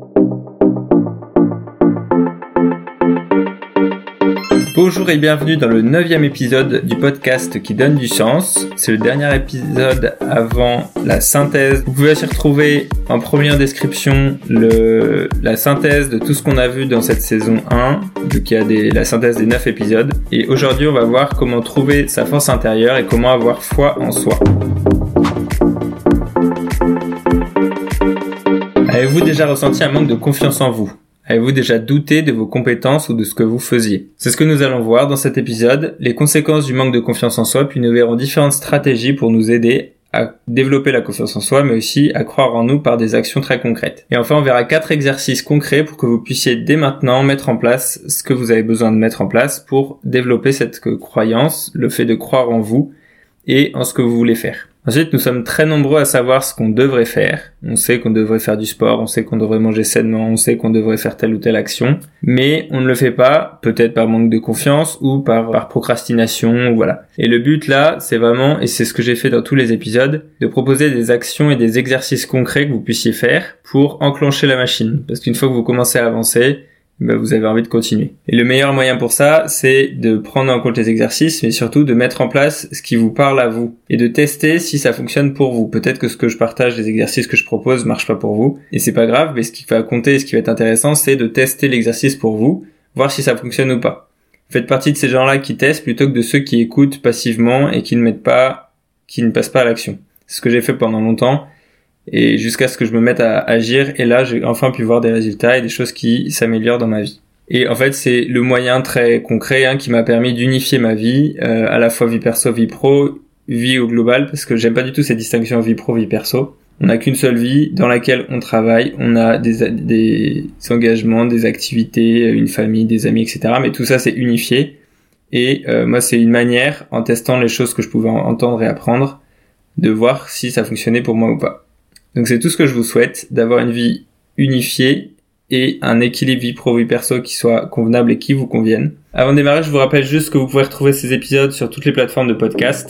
Bonjour et bienvenue dans le 9e épisode du podcast qui donne du sens. C'est le dernier épisode avant la synthèse. Vous pouvez aussi retrouver en première description la synthèse de tout ce qu'on a vu dans cette saison 1, vu qu'il y a la synthèse des 9 épisodes. Et aujourd'hui, on va voir comment trouver sa force intérieure et comment avoir foi en soi. Avez-vous déjà ressenti un manque de confiance en vous ? Avez-vous déjà douté de vos compétences ou de ce que vous faisiez ? C'est ce que nous allons voir dans cet épisode, les conséquences du manque de confiance en soi, puis nous verrons différentes stratégies pour nous aider à développer la confiance en soi, mais aussi à croire en nous par des actions très concrètes. Et enfin, on verra 4 exercices concrets pour que vous puissiez dès maintenant mettre en place ce que vous avez besoin de mettre en place pour développer cette croyance, le fait de croire en vous et en ce que vous voulez faire. Ensuite, nous sommes très nombreux à savoir ce qu'on devrait faire. On sait qu'on devrait faire du sport, on sait qu'on devrait manger sainement, on sait qu'on devrait faire telle ou telle action, mais on ne le fait pas, peut-être par manque de confiance ou par procrastination, voilà. Et le but là, c'est vraiment, et c'est ce que j'ai fait dans tous les épisodes, de proposer des actions et des exercices concrets que vous puissiez faire pour enclencher la machine. Parce qu'une fois que vous commencez à avancer, vous avez envie de continuer. Et le meilleur moyen pour ça, c'est de prendre en compte les exercices, mais surtout de mettre en place ce qui vous parle à vous et de tester si ça fonctionne pour vous. Peut-être que ce que je partage, les exercices que je propose, marchent pas pour vous, et c'est pas grave, mais ce qui va compter, ce qui va être intéressant, c'est de tester l'exercice pour vous, voir si ça fonctionne ou pas. Faites partie de ces gens-là qui testent plutôt que de ceux qui écoutent passivement et qui ne passent pas à l'action. C'est ce que j'ai fait pendant longtemps. Et jusqu'à ce que je me mette à agir, et là j'ai enfin pu voir des résultats et des choses qui s'améliorent dans ma vie. Et en fait c'est le moyen très concret qui m'a permis d'unifier ma vie, à la fois vie perso, vie pro, vie au global, parce que j'aime pas du tout cette distinction vie pro, vie perso. On n'a qu'une seule vie dans laquelle on travaille, on a des engagements, des activités, une famille, des amis, etc. Mais tout ça c'est unifié. Et moi c'est une manière, en testant les choses que je pouvais entendre et apprendre, de voir si ça fonctionnait pour moi ou pas. Donc c'est tout ce que je vous souhaite, d'avoir une vie unifiée et un équilibre vie pro, vie perso qui soit convenable et qui vous convienne. Avant de démarrer, je vous rappelle juste que vous pouvez retrouver ces épisodes sur toutes les plateformes de podcast.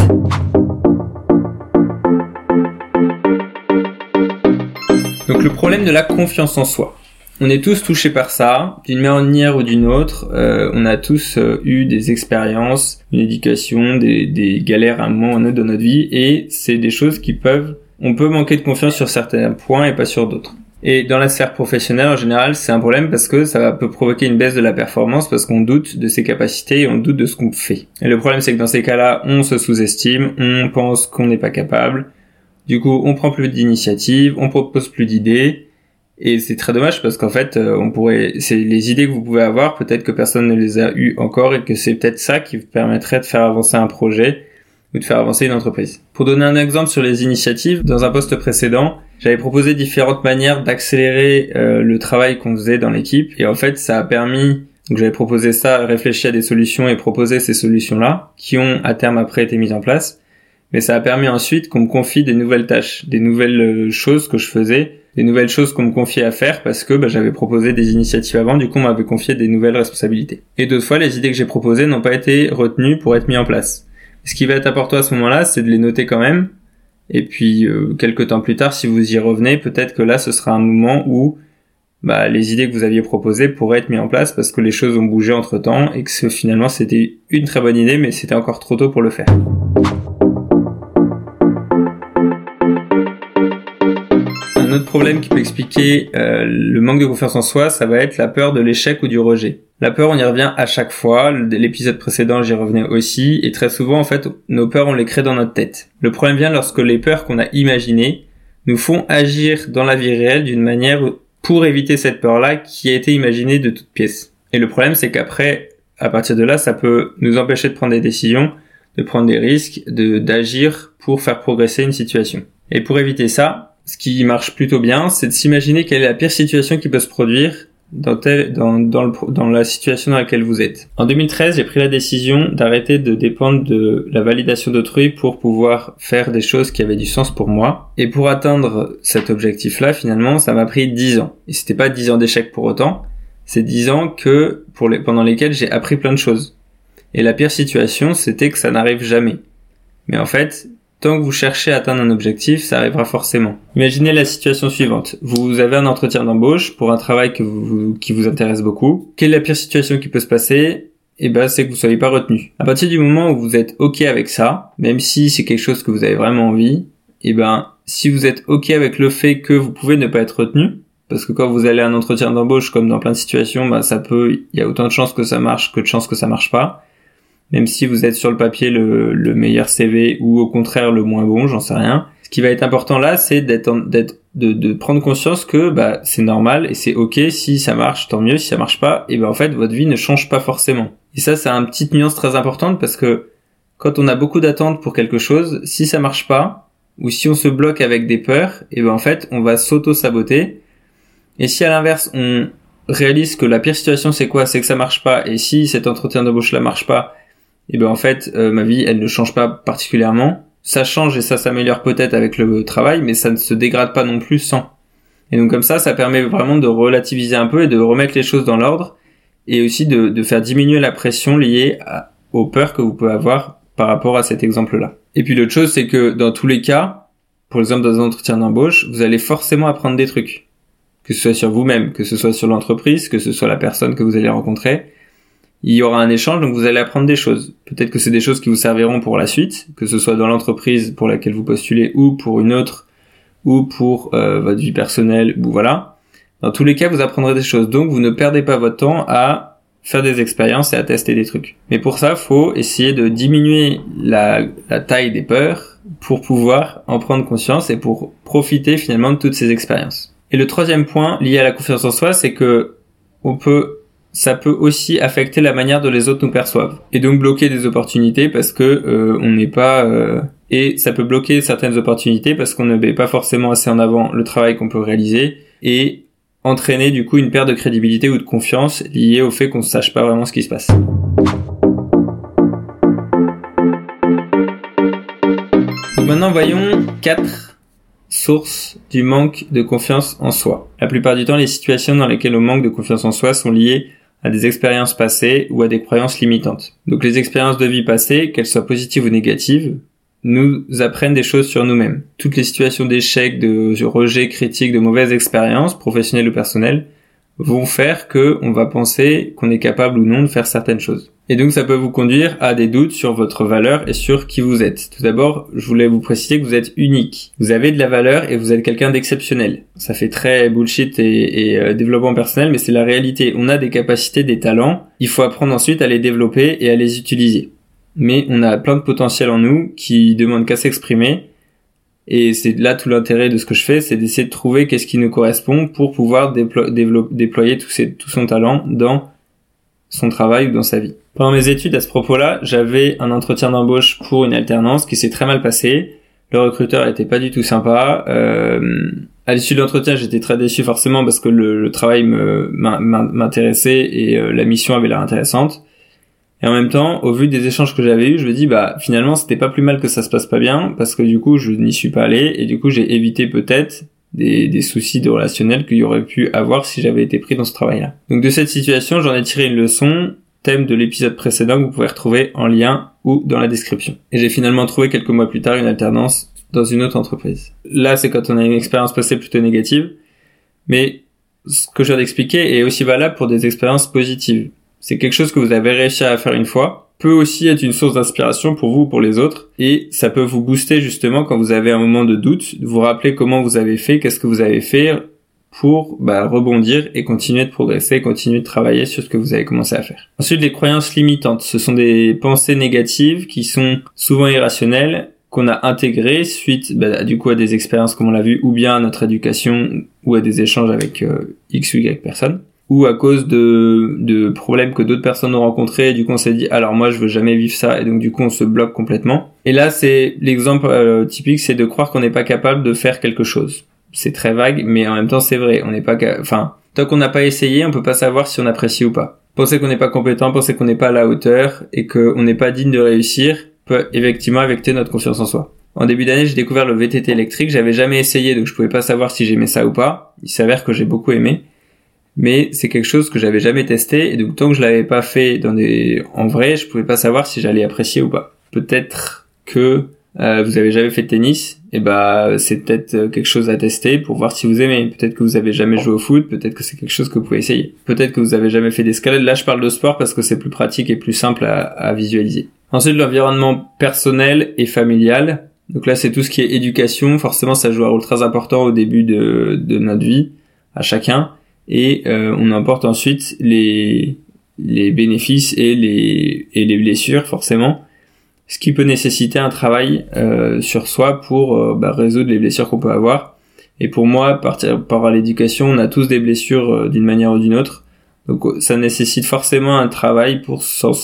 Donc le problème de la confiance en soi. On est tous touchés par ça, d'une manière ou d'une autre. On a tous eu des expériences, une éducation, des galères à un moment ou à un autre dans notre vie, et c'est des choses on peut manquer de confiance sur certains points et pas sur d'autres. Et dans la sphère professionnelle, en général, c'est un problème parce que ça peut provoquer une baisse de la performance parce qu'on doute de ses capacités et on doute de ce qu'on fait. Et le problème, c'est que dans ces cas-là, on se sous-estime, on pense qu'on n'est pas capable. Du coup, on prend plus d'initiatives, on propose plus d'idées. Et c'est très dommage parce qu'en fait, c'est les idées que vous pouvez avoir, peut-être que personne ne les a eues encore et que c'est peut-être ça qui vous permettrait de faire avancer un projet ou de faire avancer une entreprise. Pour donner un exemple sur les initiatives, dans un poste précédent, j'avais proposé différentes manières d'accélérer le travail qu'on faisait dans l'équipe, et en fait ça a permis, donc j'avais proposé ça, réfléchi à des solutions et proposé ces solutions-là, qui ont à terme après été mises en place, mais ça a permis ensuite qu'on me confie des nouvelles tâches, des nouvelles choses que je faisais, des nouvelles choses qu'on me confiait à faire parce que j'avais proposé des initiatives avant, du coup on m'avait confié des nouvelles responsabilités. Et d'autres fois, les idées que j'ai proposées n'ont pas été retenues pour être mises en place. Ce qui va être important à ce moment-là, c'est de les noter quand même. Et puis, quelques temps plus tard, si vous y revenez, peut-être que là, ce sera un moment où les idées que vous aviez proposées pourraient être mises en place parce que les choses ont bougé entre-temps et que finalement, c'était une très bonne idée, mais c'était encore trop tôt pour le faire. Un autre problème qui peut expliquer le manque de confiance en soi, ça va être la peur de l'échec ou du rejet. La peur, on y revient à chaque fois. L'épisode précédent, j'y revenais aussi. Et très souvent, en fait, nos peurs, on les crée dans notre tête. Le problème vient lorsque les peurs qu'on a imaginées nous font agir dans la vie réelle d'une manière pour éviter cette peur-là qui a été imaginée de toutes pièces. Et le problème, c'est qu'après, à partir de là, ça peut nous empêcher de prendre des décisions, de prendre des risques, d'agir pour faire progresser une situation. Et pour éviter ça, ce qui marche plutôt bien, c'est de s'imaginer quelle est la pire situation qui peut se produire dans la situation dans laquelle vous êtes. En 2013, j'ai pris la décision d'arrêter de dépendre de la validation d'autrui pour pouvoir faire des choses qui avaient du sens pour moi. Et pour atteindre cet objectif-là, finalement, ça m'a pris 10 ans. Et c'était pas 10 ans d'échec pour autant, c'est 10 ans pendant lesquels j'ai appris plein de choses. Et la pire situation, c'était que ça n'arrive jamais. Mais en fait, tant que vous cherchez à atteindre un objectif, ça arrivera forcément. Imaginez la situation suivante. Vous avez un entretien d'embauche pour un travail qui vous intéresse beaucoup. Quelle est la pire situation qui peut se passer? C'est que vous soyez pas retenu. À partir du moment où vous êtes OK avec ça, même si c'est quelque chose que vous avez vraiment envie, si vous êtes OK avec le fait que vous pouvez ne pas être retenu, parce que quand vous allez à un entretien d'embauche, comme dans plein de situations, il y a autant de chances que ça marche que de chances que ça marche pas. Même si vous êtes sur le papier le meilleur CV ou au contraire le moins bon, j'en sais rien. Ce qui va être important là, c'est de prendre conscience que c'est normal et c'est OK. Si ça marche, tant mieux. Si ça marche pas, en fait votre vie ne change pas forcément. Et ça, c'est une petite nuance très importante parce que quand on a beaucoup d'attentes pour quelque chose, si ça marche pas ou si on se bloque avec des peurs, en fait on va s'auto-saboter. Et si à l'inverse on réalise que la pire situation c'est quoi? C'est que ça marche pas. Et si cet entretien d'embauche là marche pas, en fait ma vie elle ne change pas particulièrement. Ça change et ça s'améliore peut-être avec le travail, mais ça ne se dégrade pas non plus sans. Et donc comme ça permet vraiment de relativiser un peu et de remettre les choses dans l'ordre et aussi de faire diminuer la pression liée aux peurs que vous pouvez avoir par rapport à cet exemple-là. Et puis l'autre chose, c'est que dans tous les cas, pour exemple dans un entretien d'embauche, vous allez forcément apprendre des trucs. Que ce soit sur vous-même, que ce soit sur l'entreprise, que ce soit la personne que vous allez rencontrer. Il y aura un échange, donc vous allez apprendre des choses. Peut-être que c'est des choses qui vous serviront pour la suite, que ce soit dans l'entreprise pour laquelle vous postulez ou pour une autre, ou pour votre vie personnelle, ou voilà. Dans tous les cas, vous apprendrez des choses. Donc, vous ne perdez pas votre temps à faire des expériences et à tester des trucs. Mais pour ça, faut essayer de diminuer la taille des peurs pour pouvoir en prendre conscience et pour profiter finalement de toutes ces expériences. Et le troisième point lié à la confiance en soi, c'est que ça peut aussi affecter la manière dont les autres nous perçoivent. Et donc bloquer des opportunités parce que on n'est pas... Et ça peut bloquer certaines opportunités parce qu'on ne met pas forcément assez en avant le travail qu'on peut réaliser et entraîner du coup une perte de crédibilité ou de confiance liée au fait qu'on ne sache pas vraiment ce qui se passe. Donc maintenant voyons 4 sources du manque de confiance en soi. La plupart du temps, les situations dans lesquelles on manque de confiance en soi sont liées à des expériences passées ou à des croyances limitantes. Donc les expériences de vie passées, qu'elles soient positives ou négatives, nous apprennent des choses sur nous-mêmes. Toutes les situations d'échec, de rejet, critique, de mauvaises expériences, professionnelles ou personnelles, vont faire que on va penser qu'on est capable ou non de faire certaines choses. Et donc ça peut vous conduire à des doutes sur votre valeur et sur qui vous êtes. Tout d'abord, je voulais vous préciser que vous êtes unique. Vous avez de la valeur et vous êtes quelqu'un d'exceptionnel. Ça fait très bullshit et développement personnel, mais c'est la réalité. On a des capacités, des talents. Il faut apprendre ensuite à les développer et à les utiliser. Mais on a plein de potentiel en nous qui demandent qu'à s'exprimer. Et c'est là tout l'intérêt de ce que je fais, c'est d'essayer de trouver qu'est-ce qui nous correspond pour pouvoir déployer tout son talent dans son travail ou dans sa vie. Pendant mes études, à ce propos-là, j'avais un entretien d'embauche pour une alternance qui s'est très mal passé. Le recruteur était pas du tout sympa. À l'issue de l'entretien, j'étais très déçu forcément parce que le travail m'intéressait et la mission avait l'air intéressante. Et en même temps, au vu des échanges que j'avais eus, je me dis finalement c'était pas plus mal que ça se passe pas bien parce que du coup je n'y suis pas allé et du coup j'ai évité peut-être des soucis de relationnel qu'il y aurait pu avoir si j'avais été pris dans ce travail-là. Donc de cette situation, j'en ai tiré une leçon, thème de l'épisode précédent que vous pouvez retrouver en lien ou dans la description. Et j'ai finalement trouvé quelques mois plus tard une alternance dans une autre entreprise. Là, c'est quand on a une expérience passée plutôt négative, mais ce que je viens d'expliquer est aussi valable pour des expériences positives. C'est quelque chose que vous avez réussi à faire une fois, peut aussi être une source d'inspiration pour vous ou pour les autres, et ça peut vous booster justement quand vous avez un moment de doute, de vous rappeler comment vous avez fait, qu'est-ce que vous avez fait pour rebondir et continuer de progresser, continuer de travailler sur ce que vous avez commencé à faire. Ensuite, les croyances limitantes, ce sont des pensées négatives qui sont souvent irrationnelles, qu'on a intégrées suite du coup à des expériences comme on l'a vu, ou bien à notre éducation, ou à des échanges avec X ou Y personnes, ou à cause de problèmes que d'autres personnes ont rencontrés, et du coup on s'est dit alors moi je veux jamais vivre ça, et donc du coup on se bloque complètement. Et là c'est l'exemple typique, c'est de croire qu'on n'est pas capable de faire quelque chose. C'est très vague, mais en même temps c'est vrai, on n'est pas tant qu'on n'a pas essayé, on peut pas savoir si on apprécie ou pas. Penser qu'on n'est pas compétent, penser qu'on n'est pas à la hauteur et qu'on n'est pas digne de réussir peut effectivement affecter notre confiance en soi. En début d'année, j'ai découvert le VTT électrique, j'avais jamais essayé donc je pouvais pas savoir si j'aimais ça ou pas. Il s'avère que j'ai beaucoup aimé. Mais c'est quelque chose que j'avais jamais testé et donc tant que je l'avais pas fait en vrai, je pouvais pas savoir si j'allais apprécier ou pas. Peut-être que vous avez jamais fait de tennis, et c'est peut-être quelque chose à tester pour voir si vous aimez. Peut-être que vous avez jamais joué au foot, peut-être que c'est quelque chose que vous pouvez essayer. Peut-être que vous avez jamais fait d'escalade. Là, je parle de sport parce que c'est plus pratique et plus simple à visualiser. Ensuite, l'environnement personnel et familial. Donc là, c'est tout ce qui est éducation. Forcément, ça joue un rôle très important au début de notre vie, à chacun. Et on emporte ensuite les bénéfices et les blessures, forcément. Ce qui peut nécessiter un travail sur soi pour résoudre les blessures qu'on peut avoir. Et pour moi, par l'éducation, on a tous des blessures d'une manière ou d'une autre. Donc ça nécessite forcément un travail pour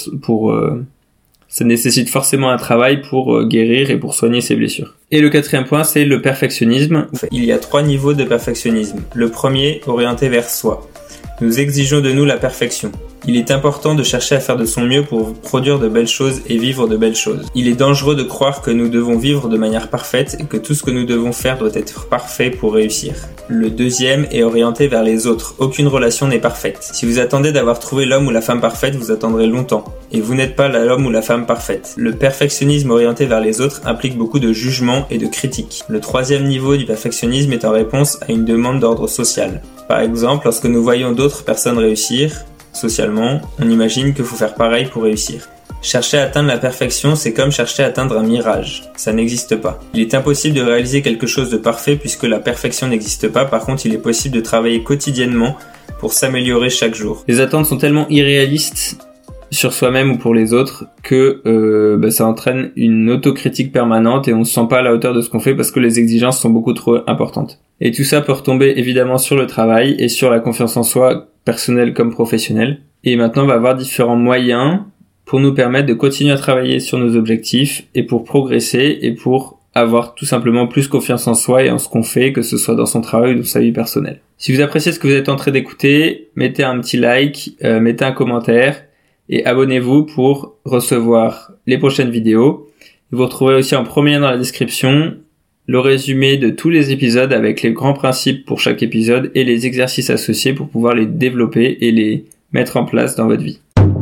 guérir et pour soigner ces blessures. Et le quatrième point, c'est le perfectionnisme. Il y a 3 niveaux de perfectionnisme. Le premier, orienté vers soi. Nous exigeons de nous la perfection. Il est important de chercher à faire de son mieux pour produire de belles choses et vivre de belles choses. Il est dangereux de croire que nous devons vivre de manière parfaite et que tout ce que nous devons faire doit être parfait pour réussir. Le deuxième est orienté vers les autres. Aucune relation n'est parfaite. Si vous attendez d'avoir trouvé l'homme ou la femme parfaite, vous attendrez longtemps. Et vous n'êtes pas l'homme ou la femme parfaite. Le perfectionnisme orienté vers les autres implique beaucoup de jugement et de critique. Le troisième niveau du perfectionnisme est en réponse à une demande d'ordre social. Par exemple, lorsque nous voyons d'autres personnes réussir, socialement, on imagine qu'il faut faire pareil pour réussir. Chercher à atteindre la perfection, c'est comme chercher à atteindre un mirage. Ça n'existe pas. Il est impossible de réaliser quelque chose de parfait puisque la perfection n'existe pas. Par contre, il est possible de travailler quotidiennement pour s'améliorer chaque jour. Les attentes sont tellement irréalistes sur soi-même ou pour les autres que ça entraîne une autocritique permanente et on se sent pas à la hauteur de ce qu'on fait parce que les exigences sont beaucoup trop importantes. Et tout ça peut retomber évidemment sur le travail et sur la confiance en soi, personnelle comme professionnelle. Et maintenant, on va avoir différents moyens pour nous permettre de continuer à travailler sur nos objectifs et pour progresser et pour avoir tout simplement plus confiance en soi et en ce qu'on fait, que ce soit dans son travail ou dans sa vie personnelle. Si vous appréciez ce que vous êtes en train d'écouter, mettez un petit like, mettez un commentaire et abonnez-vous pour recevoir les prochaines vidéos. Vous retrouverez aussi en premier lien dans la description le résumé de tous les épisodes avec les grands principes pour chaque épisode et les exercices associés pour pouvoir les développer et les mettre en place dans votre vie.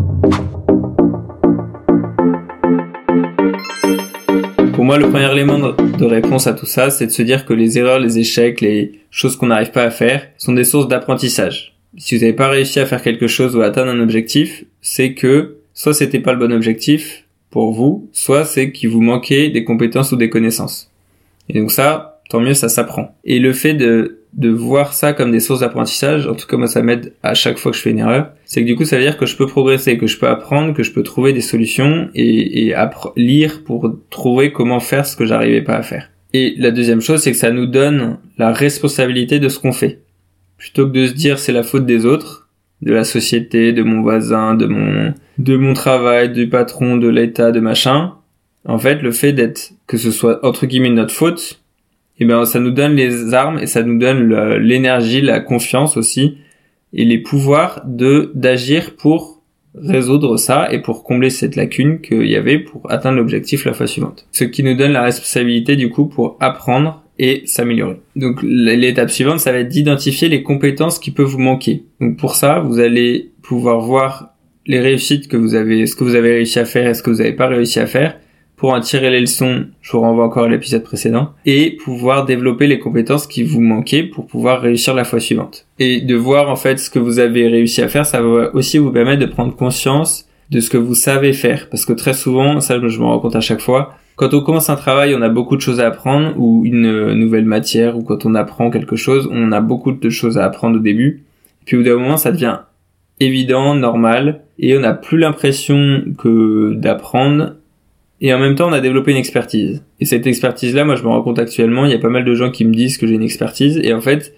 Pour moi, le premier élément de réponse à tout ça, c'est de se dire que les erreurs, les échecs, les choses qu'on n'arrive pas à faire sont des sources d'apprentissage. Si vous n'avez pas réussi à faire quelque chose ou à atteindre un objectif, c'est que soit c'était pas le bon objectif pour vous, soit c'est qu'il vous manquait des compétences ou des connaissances. Et donc ça, tant mieux, ça s'apprend. Et le fait de voir ça comme des sources d'apprentissage, en tout cas moi ça m'aide à chaque fois que je fais une erreur, c'est que du coup ça veut dire que je peux progresser, que je peux apprendre, que je peux trouver des solutions et lire pour trouver comment faire ce que j'arrivais pas à faire. Et la deuxième chose, c'est que ça nous donne la responsabilité de ce qu'on fait. Plutôt que de se dire c'est la faute des autres, de la société, de mon voisin, de mon travail, du patron, de l'État, de machin, en fait, le fait que ce soit entre guillemets notre faute, ça nous donne les armes et ça nous donne l'énergie, la confiance aussi et les pouvoirs d'agir pour résoudre ça et pour combler cette lacune qu'il y avait pour atteindre l'objectif la fois suivante. Ce qui nous donne la responsabilité du coup pour apprendre et s'améliorer. Donc l'étape suivante, ça va être d'identifier les compétences qui peuvent vous manquer. Donc pour ça, vous allez pouvoir voir les réussites que vous avez, ce que vous avez réussi à faire et ce que vous n'avez pas réussi à faire. Pour en tirer les leçons, je vous renvoie encore à l'épisode précédent, et pouvoir développer les compétences qui vous manquaient pour pouvoir réussir la fois suivante. Et de voir en fait ce que vous avez réussi à faire, ça va aussi vous permettre de prendre conscience de ce que vous savez faire. Parce que très souvent, ça je me rends compte à chaque fois, quand on commence un travail, on a beaucoup de choses à apprendre, ou une nouvelle matière, ou quand on apprend quelque chose, on a beaucoup de choses à apprendre au début. Et puis au bout d'un moment, ça devient évident, normal, et on n'a plus l'impression que d'apprendre. Et en même temps, on a développé une expertise. Et cette expertise-là, moi, je me rends compte actuellement, il y a pas mal de gens qui me disent que j'ai une expertise. Et en fait,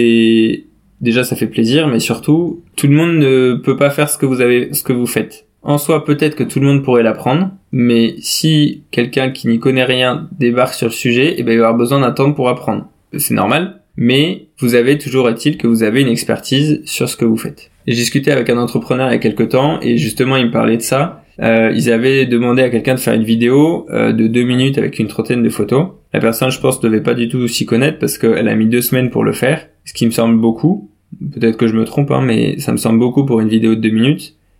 déjà, ça fait plaisir, mais surtout, tout le monde ne peut pas faire ce que vous faites. En soi, peut-être que tout le monde pourrait l'apprendre, mais si quelqu'un qui n'y connaît rien débarque sur le sujet, il va avoir besoin d'un temps pour apprendre. C'est normal, mais toujours est-il que vous avez une expertise sur ce que vous faites. J'ai discuté avec un entrepreneur il y a quelques temps, et justement, il me parlait de ça. Ils avaient demandé à quelqu'un de faire une vidéo de 2 minutes avec une trentaine de photos. La personne, je pense, ne devait pas du tout s'y connaître parce qu'elle a mis 2 semaines pour le faire, ce qui me semble beaucoup. Peut-être que je me trompe, mais ça me semble beaucoup pour une vidéo de 2 minutes.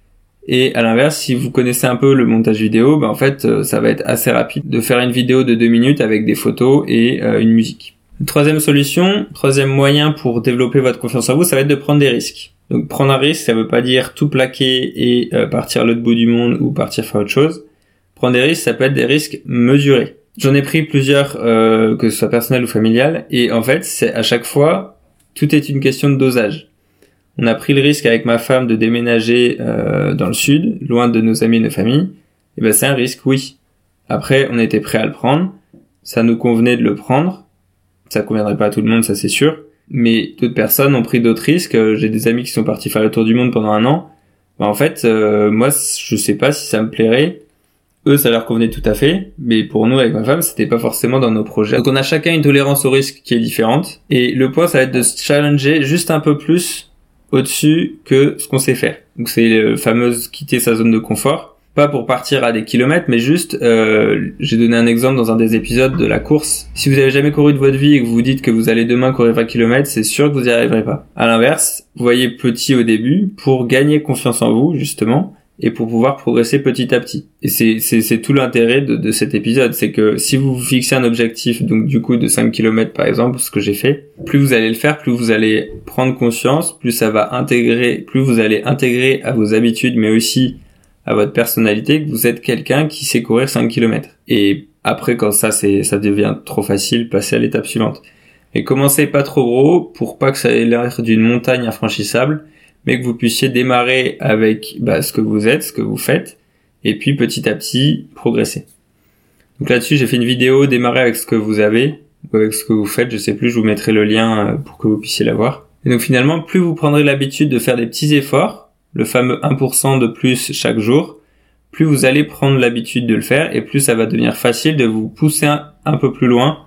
Et à l'inverse, si vous connaissez un peu le montage vidéo, en fait, ça va être assez rapide de faire une vidéo de 2 minutes avec des photos et une musique. Troisième solution, troisième moyen pour développer votre confiance en vous, ça va être de prendre des risques. Donc prendre un risque, ça veut pas dire tout plaquer et partir à l'autre bout du monde ou partir faire autre chose. Prendre des risques, ça peut être des risques mesurés. J'en ai pris plusieurs, que ce soit personnel ou familial, et en fait, c'est à chaque fois, tout est une question de dosage. On a pris le risque avec ma femme de déménager dans le sud, loin de nos amis et nos familles. Et c'est un risque, oui. Après, on était prêt à le prendre, ça nous convenait de le prendre. Ça conviendrait pas à tout le monde, ça c'est sûr. Mais d'autres personnes ont pris d'autres risques. J'ai des amis qui sont partis faire le tour du monde pendant 1 an. En fait, moi, je sais pas si ça me plairait. Eux, ça leur convenait tout à fait. Mais pour nous, avec ma femme, c'était pas forcément dans nos projets. Donc on a chacun une tolérance au risque qui est différente. Et le point, ça va être de se challenger juste un peu plus au-dessus que ce qu'on sait faire. Donc c'est le fameux quitter sa zone de confort. Pas pour partir à des kilomètres, mais juste, j'ai donné un exemple dans un des épisodes de la course. Si vous avez jamais couru de votre vie et que vous vous dites que vous allez demain courir 20 km, c'est sûr que vous y arriverez pas. À l'inverse, vous voyez petit au début pour gagner confiance en vous, justement, et pour pouvoir progresser petit à petit. Et c'est tout l'intérêt de cet épisode, c'est que si vous vous fixez un objectif, donc du coup de 5 km par exemple, ce que j'ai fait, plus vous allez le faire, plus vous allez prendre conscience, plus ça va intégrer, plus vous allez intégrer à vos habitudes, mais aussi à votre personnalité, que vous êtes quelqu'un qui sait courir 5 km. Et après, quand ça devient trop facile, passez à l'étape suivante. Et commencez pas trop gros pour pas que ça ait l'air d'une montagne infranchissable, mais que vous puissiez démarrer avec ce que vous êtes, ce que vous faites, et puis petit à petit progresser. Donc là-dessus, j'ai fait une vidéo démarrer avec ce que vous avez, ou avec ce que vous faites, je sais plus, je vous mettrai le lien pour que vous puissiez la voir. Et donc finalement, plus vous prendrez l'habitude de faire des petits efforts, le fameux 1% de plus chaque jour, plus vous allez prendre l'habitude de le faire et plus ça va devenir facile de vous pousser un peu plus loin.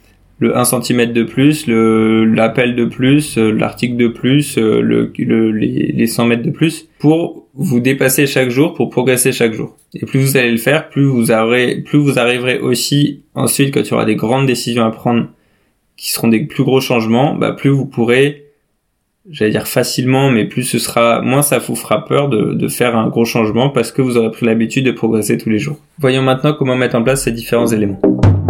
Le 1 cm de plus, l'appel de plus, l'article de plus, les 100 mètres de plus pour vous dépasser chaque jour, pour progresser chaque jour. Et plus vous allez le faire, plus vous arriverez aussi ensuite quand il y aura des grandes décisions à prendre qui seront des plus gros changements, plus vous pourrez, j'allais dire facilement, mais plus moins ça vous fera peur de faire un gros changement parce que vous aurez pris l'habitude de progresser tous les jours. Voyons maintenant comment mettre en place ces différents éléments.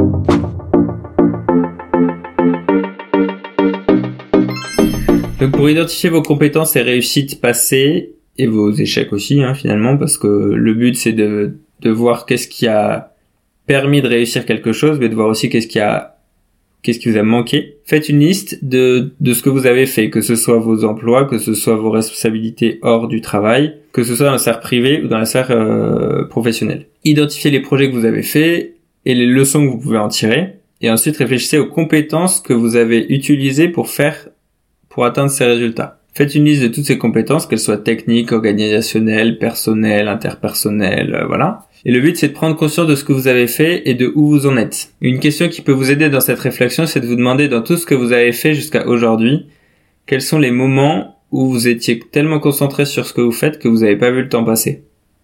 Donc pour identifier vos compétences et réussites passées et vos échecs aussi, finalement, parce que le but c'est de voir qu'est-ce qui a permis de réussir quelque chose, mais de voir aussi qu'est-ce qui vous a manqué. Faites une liste de ce que vous avez fait, que ce soit vos emplois, que ce soit vos responsabilités hors du travail, que ce soit dans la sphère privée ou dans la sphère professionnelle. Identifiez les projets que vous avez faits et les leçons que vous pouvez en tirer. Et ensuite, réfléchissez aux compétences que vous avez utilisées pour atteindre ces résultats. Faites une liste de toutes ces compétences, qu'elles soient techniques, organisationnelles, personnelles, interpersonnelles, voilà. Et le but, c'est de prendre conscience de ce que vous avez fait et de où vous en êtes. Une question qui peut vous aider dans cette réflexion, c'est de vous demander dans tout ce que vous avez fait jusqu'à aujourd'hui, quels sont les moments où vous étiez tellement concentré sur ce que vous faites que vous n'avez pas vu le temps passer.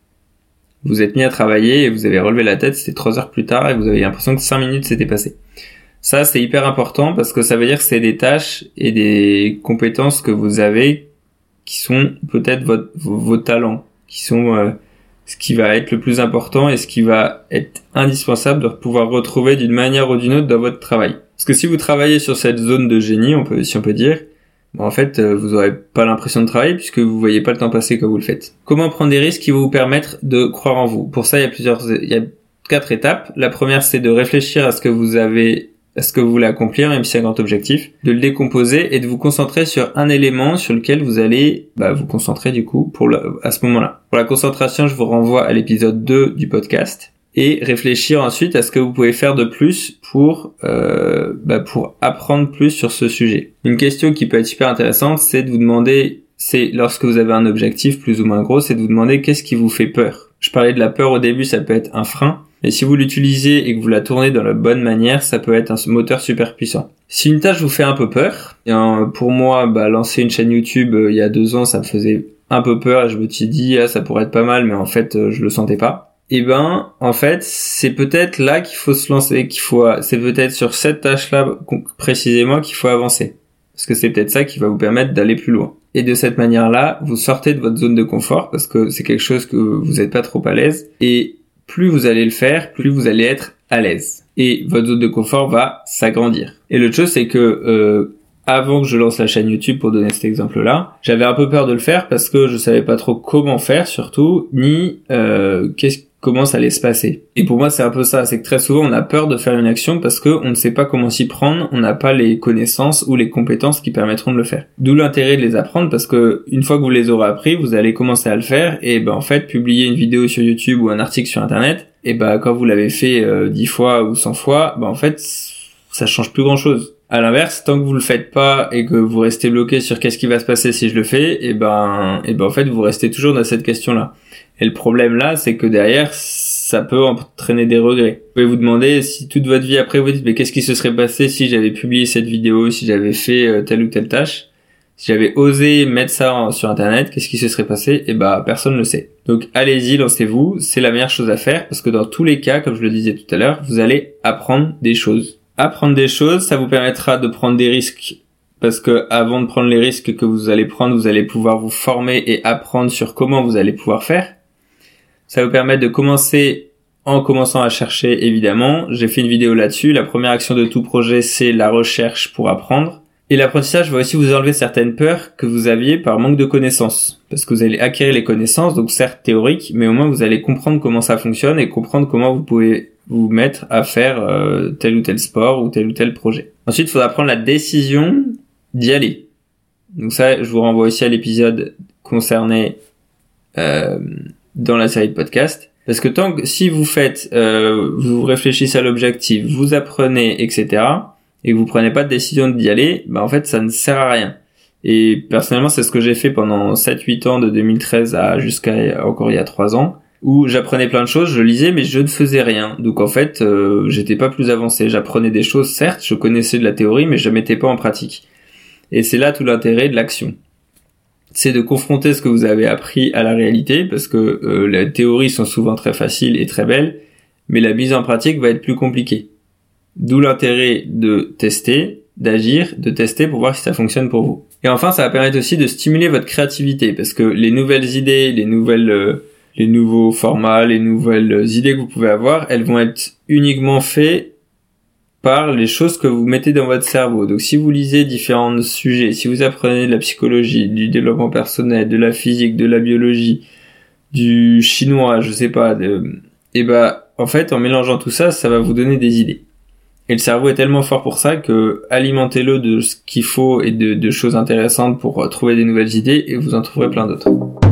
Vous êtes mis à travailler et vous avez relevé la tête, c'était 3 heures plus tard et vous avez l'impression que 5 minutes s'étaient passées. Ça, c'est hyper important parce que ça veut dire que c'est des tâches et des compétences que vous avez qui sont peut-être vos talents, qui sont ce qui va être le plus important et ce qui va être indispensable de pouvoir retrouver d'une manière ou d'une autre dans votre travail. Parce que si vous travaillez sur cette zone de génie, si on peut dire, en fait, vous aurez pas l'impression de travailler puisque vous voyez pas le temps passer quand vous le faites. Comment prendre des risques qui vont vous permettre de croire en vous? Pour ça, il y a 4 étapes. La première, c'est de réfléchir à ce que vous voulez accomplir, même si c'est un grand objectif, de le décomposer et de vous concentrer sur un élément sur lequel vous allez vous concentrer du coup à ce moment-là. Pour la concentration, je vous renvoie à l'épisode 2 du podcast et réfléchir ensuite à ce que vous pouvez faire de plus pour apprendre plus sur ce sujet. Une question qui peut être super intéressante, c'est de vous demander, lorsque vous avez un objectif plus ou moins gros, c'est de vous demander qu'est-ce qui vous fait peur. Je parlais de la peur au début, ça peut être un frein. Et si vous l'utilisez et que vous la tournez dans la bonne manière, ça peut être un moteur super puissant. Si une tâche vous fait un peu peur, pour moi, lancer une chaîne YouTube il y a 2 ans, ça me faisait un peu peur et je me suis dit ça pourrait être pas mal, mais en fait je le sentais pas. En fait, c'est peut-être là qu'il faut se lancer, c'est peut-être sur cette tâche-là précisément qu'il faut avancer. Parce que c'est peut-être ça qui va vous permettre d'aller plus loin. Et de cette manière-là, vous sortez de votre zone de confort parce que c'est quelque chose que vous n'êtes pas trop à l'aise. Et plus vous allez le faire, plus vous allez être à l'aise. Et votre zone de confort va s'agrandir. Et l'autre chose, c'est que avant que je lance la chaîne YouTube, pour donner cet exemple-là, j'avais un peu peur de le faire parce que je savais pas trop comment faire surtout, ni comment ça allait se passer. Et pour moi, c'est un peu ça, c'est que très souvent, on a peur de faire une action parce que on ne sait pas comment s'y prendre, on n'a pas les connaissances ou les compétences qui permettront de le faire. D'où l'intérêt de les apprendre parce que une fois que vous les aurez appris, vous allez commencer à le faire et en fait, publier une vidéo sur YouTube ou un article sur Internet, et quand vous l'avez fait 10 fois ou 100 fois, en fait, ça change plus grand-chose. À l'inverse, tant que vous le faites pas et que vous restez bloqué sur qu'est-ce qui va se passer si je le fais, en fait, vous restez toujours dans cette question-là. Et le problème là, c'est que derrière, ça peut entraîner des regrets. Vous pouvez vous demander si toute votre vie après vous dites, mais qu'est-ce qui se serait passé si j'avais publié cette vidéo, si j'avais fait telle ou telle tâche, si j'avais osé mettre ça sur Internet, qu'est-ce qui se serait passé? Personne ne le sait. Donc allez-y, lancez-vous, c'est la meilleure chose à faire parce que dans tous les cas, comme je le disais tout à l'heure, vous allez apprendre des choses. Apprendre des choses, ça vous permettra de prendre des risques parce que avant de prendre les risques que vous allez prendre, vous allez pouvoir vous former et apprendre sur comment vous allez pouvoir faire. Ça vous permet de commencer en commençant à chercher, évidemment. J'ai fait une vidéo là-dessus. La première action de tout projet, c'est la recherche pour apprendre. Et l'apprentissage va aussi vous enlever certaines peurs que vous aviez par manque de connaissances. Parce que vous allez acquérir les connaissances, donc certes théoriques, mais au moins vous allez comprendre comment ça fonctionne et comprendre comment vous pouvez vous mettre à faire tel ou tel sport ou tel projet. Ensuite, il faudra prendre la décision d'y aller. Donc ça, je vous renvoie aussi à l'épisode concerné dans la série de podcasts. Parce que si vous faites, vous réfléchissez à l'objectif, vous apprenez, etc., et que vous prenez pas de décision d'y aller, en fait, ça ne sert à rien. Et personnellement, c'est ce que j'ai fait pendant 7-8 ans de 2013 à jusqu'à encore il y a 3 ans, où j'apprenais plein de choses, je lisais, mais je ne faisais rien. Donc en fait, j'étais pas plus avancé. J'apprenais des choses, certes, je connaissais de la théorie, mais je mettais pas en pratique. Et c'est là tout l'intérêt de l'action. C'est de confronter ce que vous avez appris à la réalité, parce que les théories sont souvent très faciles et très belles, mais la mise en pratique va être plus compliquée. D'où l'intérêt de tester, d'agir, de tester pour voir si ça fonctionne pour vous. Et enfin, ça va permettre aussi de stimuler votre créativité, parce que les nouvelles idées, les nouveaux formats, les nouvelles idées que vous pouvez avoir, elles vont être uniquement faites par les choses que vous mettez dans votre cerveau. Donc si vous lisez différents sujets, si vous apprenez de la psychologie, du développement personnel, de la physique, de la biologie, du chinois, je sais pas, en fait, en mélangeant tout ça, ça va vous donner des idées. Et le cerveau est tellement fort pour ça que alimentez-le de ce qu'il faut et de choses intéressantes pour trouver des nouvelles idées et vous en trouverez plein d'autres.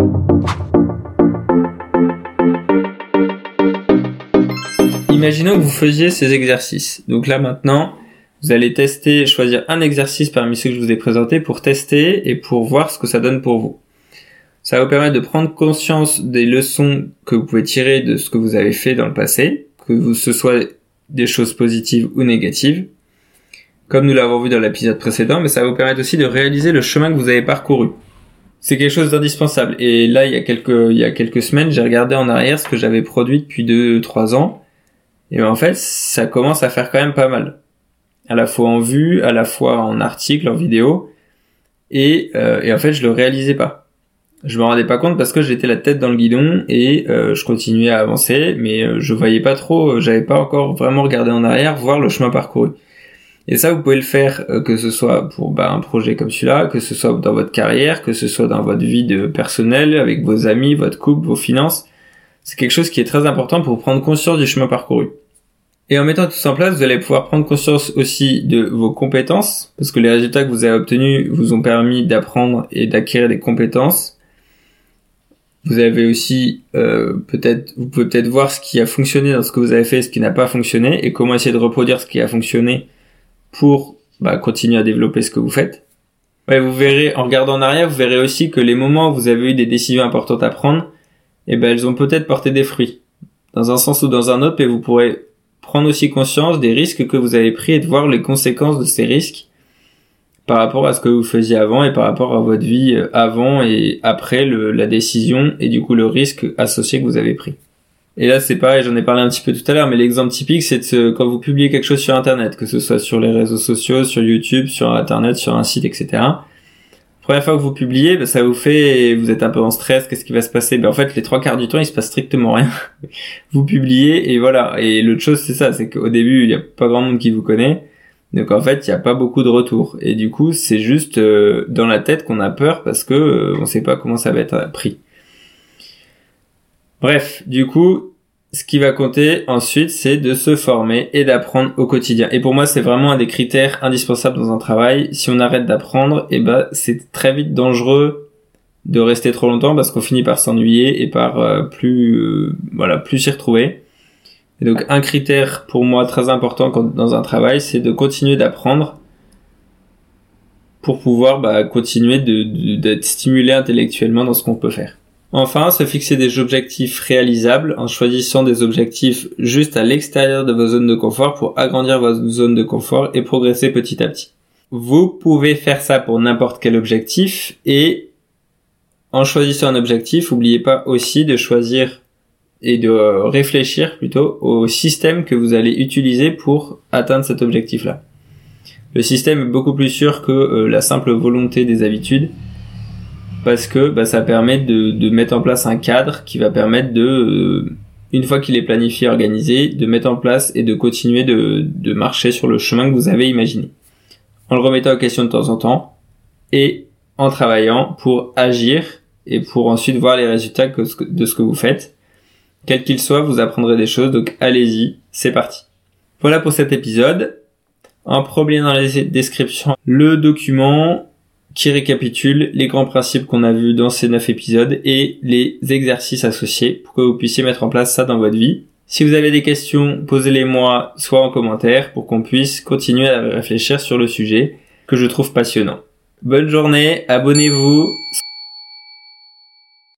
Imaginons que vous faisiez ces exercices. Donc là maintenant, vous allez tester, choisir un exercice parmi ceux que je vous ai présentés pour tester et pour voir ce que ça donne pour vous. Ça va vous permettre de prendre conscience des leçons que vous pouvez tirer de ce que vous avez fait dans le passé, que ce soit des choses positives ou négatives, comme nous l'avons vu dans l'épisode précédent, mais ça va vous permettre aussi de réaliser le chemin que vous avez parcouru. C'est quelque chose d'indispensable. Et là, il y a quelques semaines, j'ai regardé en arrière ce que j'avais produit depuis 2-3 ans, et en fait, ça commence à faire quand même pas mal. À la fois en vue, à la fois en article, en vidéo, et en fait, je le réalisais pas. Je me rendais pas compte parce que j'étais la tête dans le guidon et je continuais à avancer, mais je voyais pas trop, j'avais pas encore vraiment regardé en arrière, voir le chemin parcouru. Et ça, vous pouvez le faire que ce soit pour un projet comme celui-là, que ce soit dans votre carrière, que ce soit dans votre vie personnelle, avec vos amis, votre couple, vos finances. C'est quelque chose qui est très important pour prendre conscience du chemin parcouru. Et en mettant tout ça en place, vous allez pouvoir prendre conscience aussi de vos compétences, parce que les résultats que vous avez obtenus vous ont permis d'apprendre et d'acquérir des compétences. Vous avez aussi vous pouvez peut-être voir ce qui a fonctionné dans ce que vous avez fait, ce qui n'a pas fonctionné, et comment essayer de reproduire ce qui a fonctionné pour continuer à développer ce que vous faites. Ouais, vous verrez, en regardant en arrière, vous verrez aussi que les moments où vous avez eu des décisions importantes à prendre, elles ont peut-être porté des fruits, dans un sens ou dans un autre, et vous pourrez prendre aussi conscience des risques que vous avez pris et de voir les conséquences de ces risques par rapport à ce que vous faisiez avant et par rapport à votre vie avant et après la décision et du coup le risque associé que vous avez pris. Et là c'est pareil, j'en ai parlé un petit peu tout à l'heure, mais l'exemple typique c'est quand vous publiez quelque chose sur internet, que ce soit sur les réseaux sociaux, sur YouTube, sur internet, sur un site, etc. Première fois que vous publiez, bah, ça vous êtes un peu en stress, qu'est-ce qui va se passer? En fait, les 3/4 du temps, il se passe strictement rien. Vous publiez et voilà. Et l'autre chose, c'est ça, c'est qu'au début, il y a pas grand monde qui vous connaît. Donc en fait, il y a pas beaucoup de retours. Et du coup, c'est juste dans la tête qu'on a peur parce que on sait pas comment ça va être pris. Bref, du coup, ce qui va compter ensuite, c'est de se former et d'apprendre au quotidien. Et pour moi, c'est vraiment un des critères indispensables dans un travail. Si on arrête d'apprendre, c'est très vite dangereux de rester trop longtemps parce qu'on finit par s'ennuyer et par plus s'y retrouver. Et donc, un critère pour moi très important dans un travail, c'est de continuer d'apprendre pour pouvoir continuer d'être stimulé intellectuellement dans ce qu'on peut faire. Enfin, se fixer des objectifs réalisables en choisissant des objectifs juste à l'extérieur de vos zones de confort pour agrandir votre zone de confort et progresser petit à petit. Vous pouvez faire ça pour n'importe quel objectif et en choisissant un objectif, n'oubliez pas aussi de choisir et de réfléchir plutôt au système que vous allez utiliser pour atteindre cet objectif-là. Le système est beaucoup plus sûr que la simple volonté des habitudes. Parce que ça permet de mettre en place un cadre qui va permettre une fois qu'il est planifié, organisé, de mettre en place et de continuer de marcher sur le chemin que vous avez imaginé. En le remettant en question de temps en temps et en travaillant pour agir et pour ensuite voir les résultats de ce que vous faites. Quel qu'il soit, vous apprendrez des choses, donc allez-y, c'est parti. Voilà pour cet épisode. En premier dans la description, le document qui récapitule les grands principes qu'on a vus dans ces 9 épisodes et les exercices associés pour que vous puissiez mettre en place ça dans votre vie. Si vous avez des questions, posez-les moi soit en commentaire pour qu'on puisse continuer à réfléchir sur le sujet que je trouve passionnant. Bonne journée, abonnez-vous,